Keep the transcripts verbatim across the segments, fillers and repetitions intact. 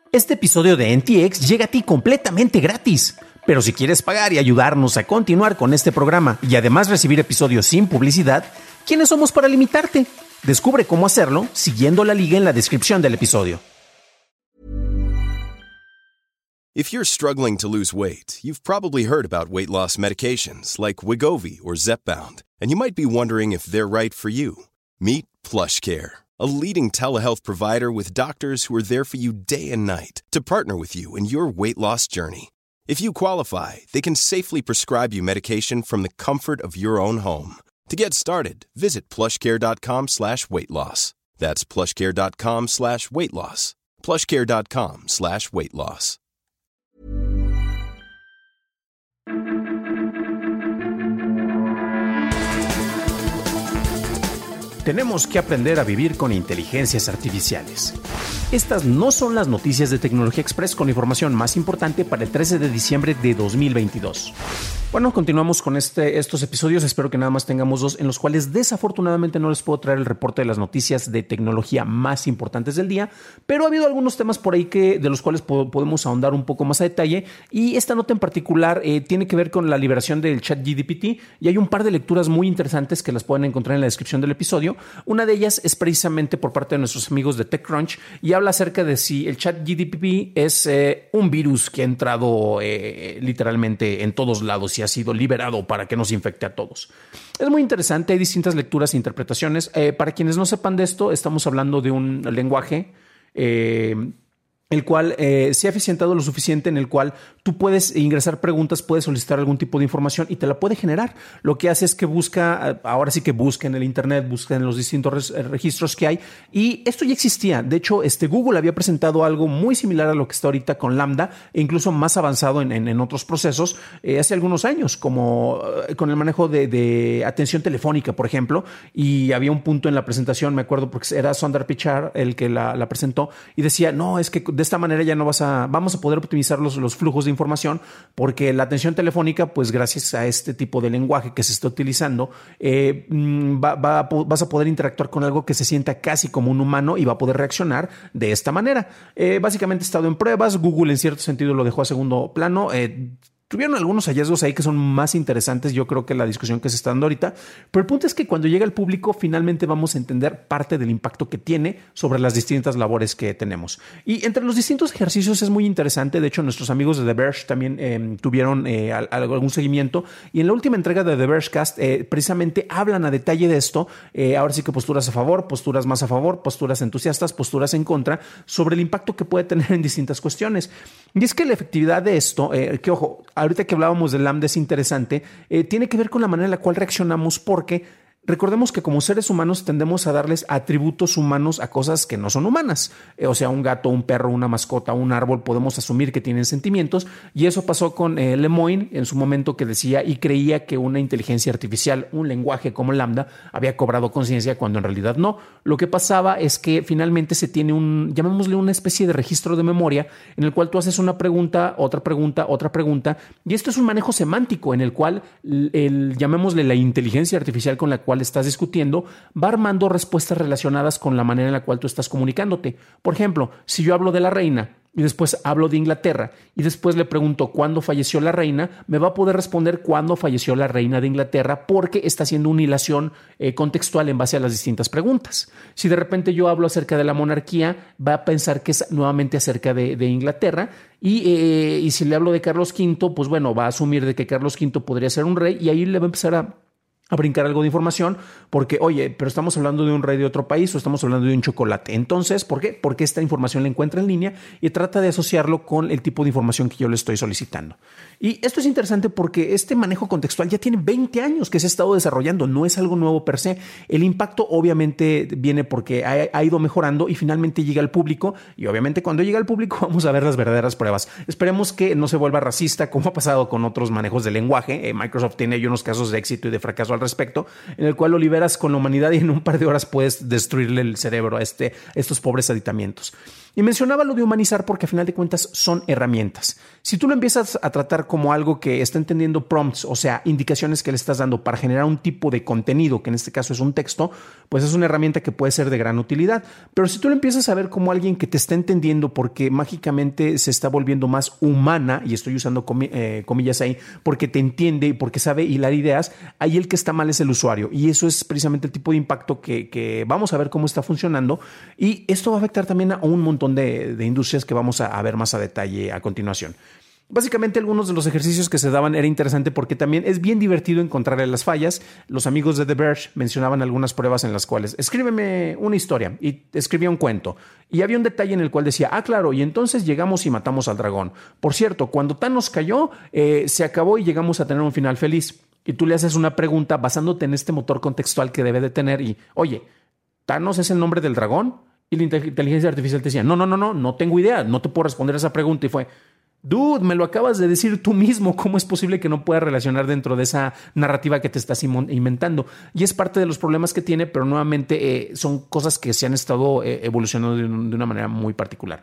Este episodio de N T X llega a ti completamente gratis. Pero si quieres pagar y ayudarnos a continuar con este programa y además recibir episodios sin publicidad, ¿quiénes somos para limitarte? Descubre cómo hacerlo siguiendo la liga en la descripción del episodio. If you're struggling to lose weight, you've probably heard about weight loss medications like Wegovy or Zepbound, and you might be wondering if they're right for you. Meet PlushCare, a leading telehealth provider with doctors who are there for you day and night to partner with you in your weight loss journey. If you qualify, they can safely prescribe you medication from the comfort of your own home. To get started, visit plushcare.com slash weight loss. That's plushcare.com slash weight loss. plushcare.com slash weight loss. Tenemos que aprender a vivir con inteligencias artificiales. Estas no son las noticias de Tecnología Express con información más importante para el trece de diciembre de dos mil veintidós. Bueno, continuamos con este, estos episodios. Espero que nada más tengamos dos en los cuales desafortunadamente no les puedo traer el reporte de las noticias de tecnología más importantes del día, pero ha habido algunos temas por ahí que, de los cuales po- podemos ahondar un poco más a detalle, y esta nota en particular eh, tiene que ver con la liberación del ChatGPT, y hay un par de lecturas muy interesantes que las pueden encontrar en la descripción del episodio. Una de ellas es precisamente por parte de nuestros amigos de TechCrunch y habla acerca de si el ChatGPT es eh, un virus que ha entrado eh, literalmente en todos lados y ha sido liberado para que nos infecte a todos. Es muy interesante, hay distintas lecturas e interpretaciones. Eh, para quienes no sepan de esto, estamos hablando de un lenguaje eh, el cual eh, se ha eficientado lo suficiente, en el cual tú puedes ingresar preguntas, puedes solicitar algún tipo de información y te la puede generar. Lo que hace es que busca, ahora sí que busca en el internet, busca en los distintos registros que hay, y esto ya existía. De hecho, este Google había presentado algo muy similar a lo que está ahorita con Lambda, e incluso más avanzado en, en, en otros procesos eh, hace algunos años, como eh, con el manejo de, de atención telefónica, por ejemplo, y había un punto en la presentación, me acuerdo porque era Sundar Pichai el que la, la presentó, y decía, no, es que de esta manera ya no vas a, vamos a poder optimizar los, los flujos de información, porque la atención telefónica, pues gracias a este tipo de lenguaje que se está utilizando, eh, va, va, vas a poder interactuar con algo que se sienta casi como un humano y va a poder reaccionar de esta manera. Eh, básicamente ha estado en pruebas, Google en cierto sentido lo dejó a segundo plano. Eh, Tuvieron algunos hallazgos ahí que son más interesantes, yo creo, que la discusión que se está dando ahorita, pero el punto es que cuando llega al público finalmente vamos a entender parte del impacto que tiene sobre las distintas labores que tenemos. Y entre los distintos ejercicios es muy interesante. De hecho, nuestros amigos de The Verge también eh, tuvieron eh, algún seguimiento, y en la última entrega de The Vergecast eh, precisamente hablan a detalle de esto. Eh, ahora sí que posturas a favor, posturas más a favor, posturas entusiastas, posturas en contra, sobre el impacto que puede tener en distintas cuestiones. Y es que la efectividad de esto, eh, que ojo, ahorita que hablábamos de Lambda es interesante, eh, tiene que ver con la manera en la cual reaccionamos, porque recordemos que como seres humanos tendemos a darles atributos humanos a cosas que no son humanas. Eh, o sea, un gato, un perro, una mascota, un árbol, podemos asumir que tienen sentimientos, y eso pasó con eh, Lemoine en su momento, que decía y creía que una inteligencia artificial, un lenguaje como Lambda, había cobrado conciencia cuando en realidad no. Lo que pasaba es que finalmente se tiene un, llamémosle una especie de registro de memoria, en el cual tú haces una pregunta, otra pregunta, otra pregunta, y esto es un manejo semántico en el cual el, el, llamémosle la inteligencia artificial con la cual estás discutiendo, va armando respuestas relacionadas con la manera en la cual tú estás comunicándote. Por ejemplo, si yo hablo de la reina y después hablo de Inglaterra y después le pregunto cuándo falleció la reina, me va a poder responder cuándo falleció la reina de Inglaterra, porque está haciendo una hilación eh, contextual en base a las distintas preguntas. Si de repente yo hablo acerca de la monarquía, va a pensar que es nuevamente acerca de, de Inglaterra, y, eh, y si le hablo de Carlos quinto, pues bueno, va a asumir de que Carlos quinto podría ser un rey, y ahí le va a empezar a a brincar algo de información, porque, oye, pero estamos hablando de un rey de otro país o estamos hablando de un chocolate. Entonces, ¿por qué? Porque esta información la encuentra en línea y trata de asociarlo con el tipo de información que yo le estoy solicitando. Y esto es interesante porque este manejo contextual ya tiene veinte años que se ha estado desarrollando, no es algo nuevo per se. El impacto obviamente viene porque ha, ha ido mejorando y finalmente llega al público, y obviamente cuando llega al público vamos a ver las verdaderas pruebas. Esperemos que no se vuelva racista como ha pasado con otros manejos de lenguaje. Eh, Microsoft tiene ahí unos casos de éxito y de fracaso al respecto, en el cual lo liberas con la humanidad y en un par de horas puedes destruirle el cerebro a este, estos pobres aditamientos. Y mencionaba lo de humanizar porque a final de cuentas son herramientas. Si tú lo empiezas a tratar como algo que está entendiendo prompts, o sea, indicaciones que le estás dando para generar un tipo de contenido, que en este caso es un texto, pues es una herramienta que puede ser de gran utilidad. Pero si tú lo empiezas a ver como alguien que te está entendiendo porque mágicamente se está volviendo más humana, y estoy usando comi- eh, comillas ahí, porque te entiende y porque sabe hilar ideas, ahí el que está mal es el usuario. Y eso es precisamente el tipo de impacto que, que vamos a ver cómo está funcionando. Y esto va a afectar también a un montón de, de industrias que vamos a, a ver más a detalle a continuación. Básicamente algunos de los ejercicios que se daban era interesante porque también es bien divertido encontrarle las fallas. Los amigos de The Verge mencionaban algunas pruebas en las cuales escríbeme una historia y escribía un cuento. Y había un detalle en el cual decía, ah, claro, y entonces llegamos y matamos al dragón. Por cierto, cuando Thanos cayó, eh, se acabó y llegamos a tener un final feliz. Y tú le haces una pregunta basándote en este motor contextual que debe de tener y, oye, ¿Thanos es el nombre del dragón? Y la inteligencia artificial te decía, no, no, no, no, no tengo idea, no te puedo responder esa pregunta. Y fue, dude, me lo acabas de decir tú mismo, ¿cómo es posible que no puedas relacionar dentro de esa narrativa que te estás inventando? Y es parte de los problemas que tiene, pero nuevamente eh, son cosas que se han estado eh, evolucionando de, un, de una manera muy particular.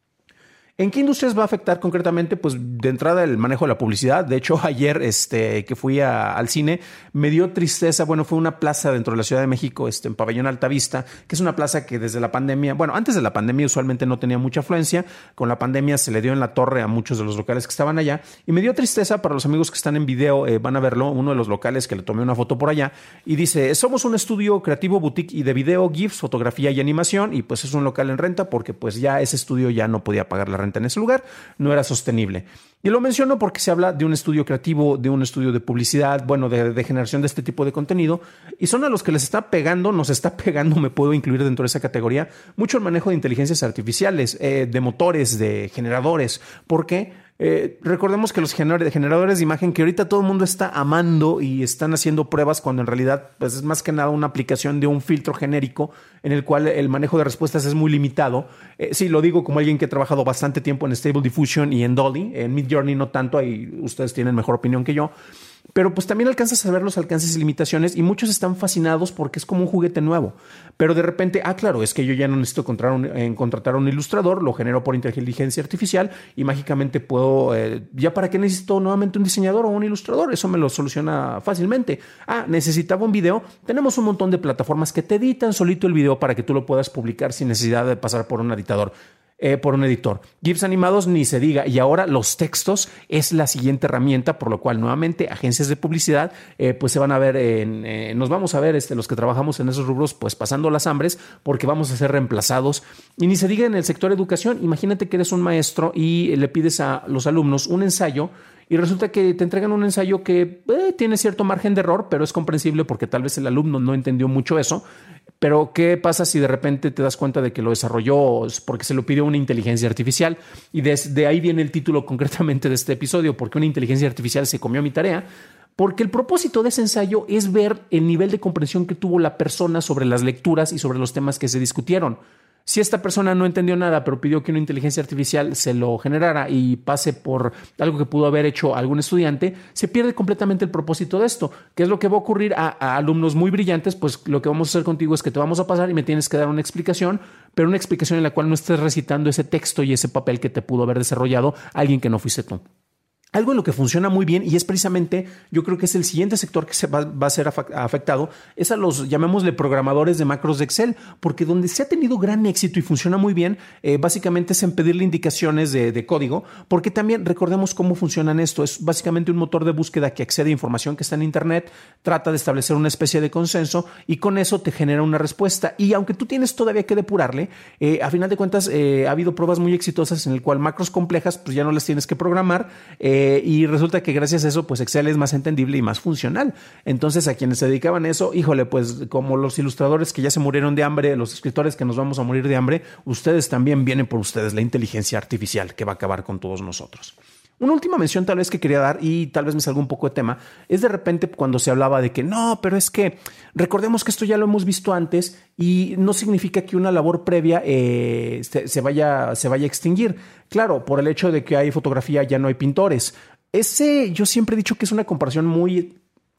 ¿En qué industrias va a afectar concretamente? Pues de entrada el manejo de la publicidad. De hecho, ayer este, que fui a, al cine me dio tristeza. Bueno, fue una plaza dentro de la Ciudad de México, este, en Pabellón Altavista, que es una plaza que desde la pandemia, bueno, antes de la pandemia usualmente no tenía mucha afluencia. Con la pandemia se le dio en la torre a muchos de los locales que estaban allá. Y me dio tristeza para los amigos que están en video, eh, van a verlo, uno de los locales que le tomé una foto por allá y dice, somos un estudio creativo, boutique y de video, GIFs, fotografía y animación. Y pues es un local en renta porque pues ya ese estudio ya no podía pagar la renta en ese lugar, no era sostenible. Y lo menciono porque se habla de un estudio creativo, de un estudio de publicidad, bueno, de, de generación de este tipo de contenido, y son a los que les está pegando, nos está pegando, me puedo incluir dentro de esa categoría, mucho el manejo de inteligencias artificiales, eh, de motores, de generadores. ¿Por qué? Eh, recordemos que los gener- generadores de imagen que ahorita todo el mundo está amando y están haciendo pruebas cuando en realidad pues, es más que nada una aplicación de un filtro genérico en el cual el manejo de respuestas es muy limitado. Eh, sí, lo digo como alguien que ha trabajado bastante tiempo en Stable Diffusion y en Dolly, en Midjourney no tanto, ahí ustedes tienen mejor opinión que yo. Pero pues también alcanzas a ver los alcances y limitaciones y muchos están fascinados porque es como un juguete nuevo. Pero de repente, ah, claro, es que yo ya no necesito contratar un, eh, contratar a un ilustrador, lo genero por inteligencia artificial y mágicamente puedo, eh, ¿ya para qué necesito nuevamente un diseñador o un ilustrador? Eso me lo soluciona fácilmente. Ah, necesitaba un video. Tenemos un montón de plataformas que te editan solito el video para que tú lo puedas publicar sin necesidad de pasar por un editador. Eh, por un editor. GIFs animados ni se diga. Y ahora los textos es la siguiente herramienta, por lo cual nuevamente agencias de publicidad eh, pues se van a ver, en, eh, nos vamos a ver este, los que trabajamos en esos rubros pues pasando las hambres porque vamos a ser reemplazados. Y ni se diga en el sector educación. Imagínate que eres un maestro y le pides a los alumnos un ensayo y resulta que te entregan un ensayo que eh, tiene cierto margen de error, pero es comprensible porque tal vez el alumno no entendió mucho eso. Pero ¿qué pasa si de repente te das cuenta de que lo desarrolló porque se lo pidió una inteligencia artificial? Y desde ahí viene el título concretamente de este episodio, porque una inteligencia artificial se comió mi tarea. Porque el propósito de ese ensayo es ver el nivel de comprensión que tuvo la persona sobre las lecturas y sobre los temas que se discutieron. Si esta persona no entendió nada, pero pidió que una inteligencia artificial se lo generara y pase por algo que pudo haber hecho algún estudiante, se pierde completamente el propósito de esto. ¿Qué es lo que va a ocurrir a, a alumnos muy brillantes? Pues lo que vamos a hacer contigo es que te vamos a pasar y me tienes que dar una explicación, pero una explicación en la cual no estés recitando ese texto y ese papel que te pudo haber desarrollado alguien que no fuiste tú. Algo en lo que funciona muy bien y es precisamente, yo creo que es el siguiente sector que se va, va a ser afectado, es a los, llamémosle, programadores de macros de Excel, porque donde se ha tenido gran éxito y funciona muy bien, eh, básicamente es en pedirle indicaciones de, de código, porque también recordemos cómo funcionan esto. Es básicamente un motor de búsqueda que accede a información que está en Internet, trata de establecer una especie de consenso y con eso te genera una respuesta. Y aunque tú tienes todavía que depurarle, eh, a final de cuentas eh, ha habido pruebas muy exitosas en el cual macros complejas pues ya no las tienes que programar, eh, Eh, y resulta que gracias a eso pues Excel es más entendible y más funcional. Entonces a quienes se dedicaban a eso, híjole, pues como los ilustradores que ya se murieron de hambre, los escritores que nos vamos a morir de hambre, ustedes también vienen por ustedes la inteligencia artificial que va a acabar con todos nosotros. Una última mención tal vez que quería dar y tal vez me salga un poco de tema es de repente cuando se hablaba de que no, pero es que recordemos que esto ya lo hemos visto antes y no significa que una labor previa eh, se, se, vaya, se vaya a extinguir. Claro, por el hecho de que hay fotografía ya no hay pintores. Ese yo siempre he dicho que es una comparación muy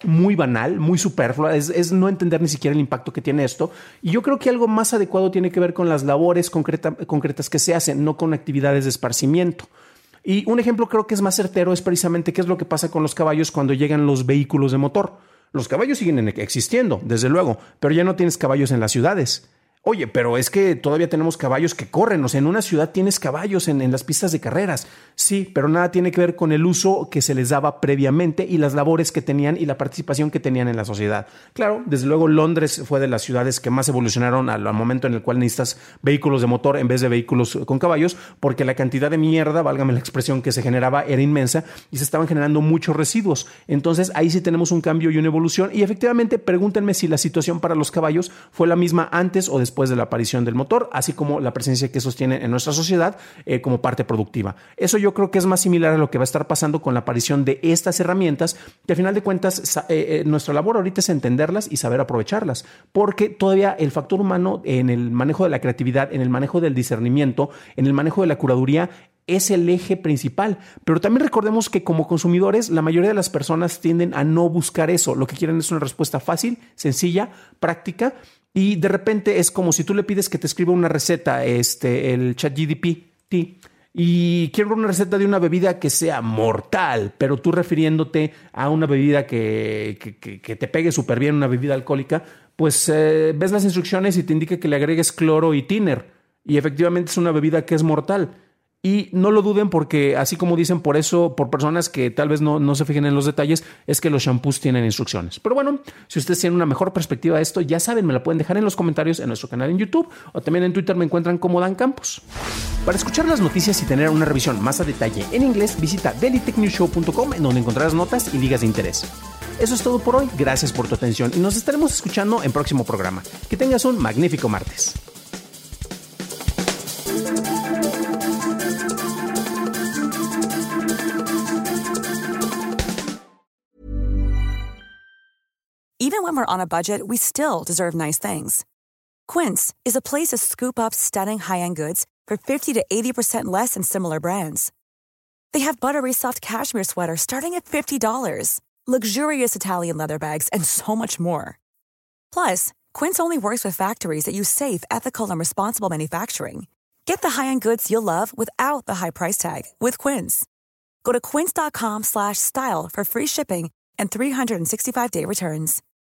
muy banal, muy superflua, es, es no entender ni siquiera el impacto que tiene esto. Y yo creo que algo más adecuado tiene que ver con las labores concreta, concretas que se hacen, no con actividades de esparcimiento. Y un ejemplo creo que es más certero es precisamente qué es lo que pasa con los caballos cuando llegan los vehículos de motor. Los caballos siguen existiendo, desde luego, pero ya no tienes caballos en las ciudades. Oye, pero es que todavía tenemos caballos que corren. O sea, en una ciudad tienes caballos en, en las pistas de carreras. Sí, pero nada tiene que ver con el uso que se les daba previamente y las labores que tenían y la participación que tenían en la sociedad. Claro, desde luego Londres fue de las ciudades que más evolucionaron al, al momento en el cual necesitas vehículos de motor en vez de vehículos con caballos, porque la cantidad de mierda, válgame la expresión, que se generaba era inmensa y se estaban generando muchos residuos. Entonces ahí sí tenemos un cambio y una evolución. Y efectivamente, pregúntenme si la situación para los caballos fue la misma antes o después después de la aparición del motor, así como la presencia que sostiene en nuestra sociedad eh, como parte productiva. Eso yo creo que es más similar a lo que va a estar pasando con la aparición de estas herramientas, que al final de cuentas eh, eh, nuestra labor ahorita es entenderlas y saber aprovecharlas, porque todavía el factor humano en el manejo de la creatividad, en el manejo del discernimiento, en el manejo de la curaduría, es el eje principal. Pero también recordemos que como consumidores, la mayoría de las personas tienden a no buscar eso. Lo que quieren es una respuesta fácil, sencilla, práctica. Y de repente es como si tú le pides que te escriba una receta, este, el ChatGPT, y quiero una receta de una bebida que sea mortal, pero tú refiriéndote a una bebida que, que, que te pegue súper bien, una bebida alcohólica, pues eh, ves las instrucciones y te indica que le agregues cloro y tiner. Y efectivamente es una bebida que es mortal. Y no lo duden porque, así como dicen, por eso, por personas que tal vez no, no se fijen en los detalles, es que los shampoos tienen instrucciones. Pero bueno, si ustedes tienen una mejor perspectiva de esto, ya saben, me la pueden dejar en los comentarios en nuestro canal en YouTube o también en Twitter me encuentran como Dan Campos. Para escuchar las noticias y tener una revisión más a detalle en inglés, visita daily tech news show punto com, en donde encontrarás notas y ligas de interés. Eso es todo por hoy. Gracias por tu atención y nos estaremos escuchando en próximo programa. Que tengas un magnífico martes. Even when we're on a budget, we still deserve nice things. Quince is a place to scoop up stunning high-end goods for fifty to eighty percent less than similar brands. They have buttery soft cashmere sweaters starting at fifty dollars, luxurious Italian leather bags, and so much more. Plus, Quince only works with factories that use safe, ethical, and responsible manufacturing. Get the high-end goods you'll love without the high price tag with Quince. Go to quince dot com slash style for free shipping and three sixty-five day returns.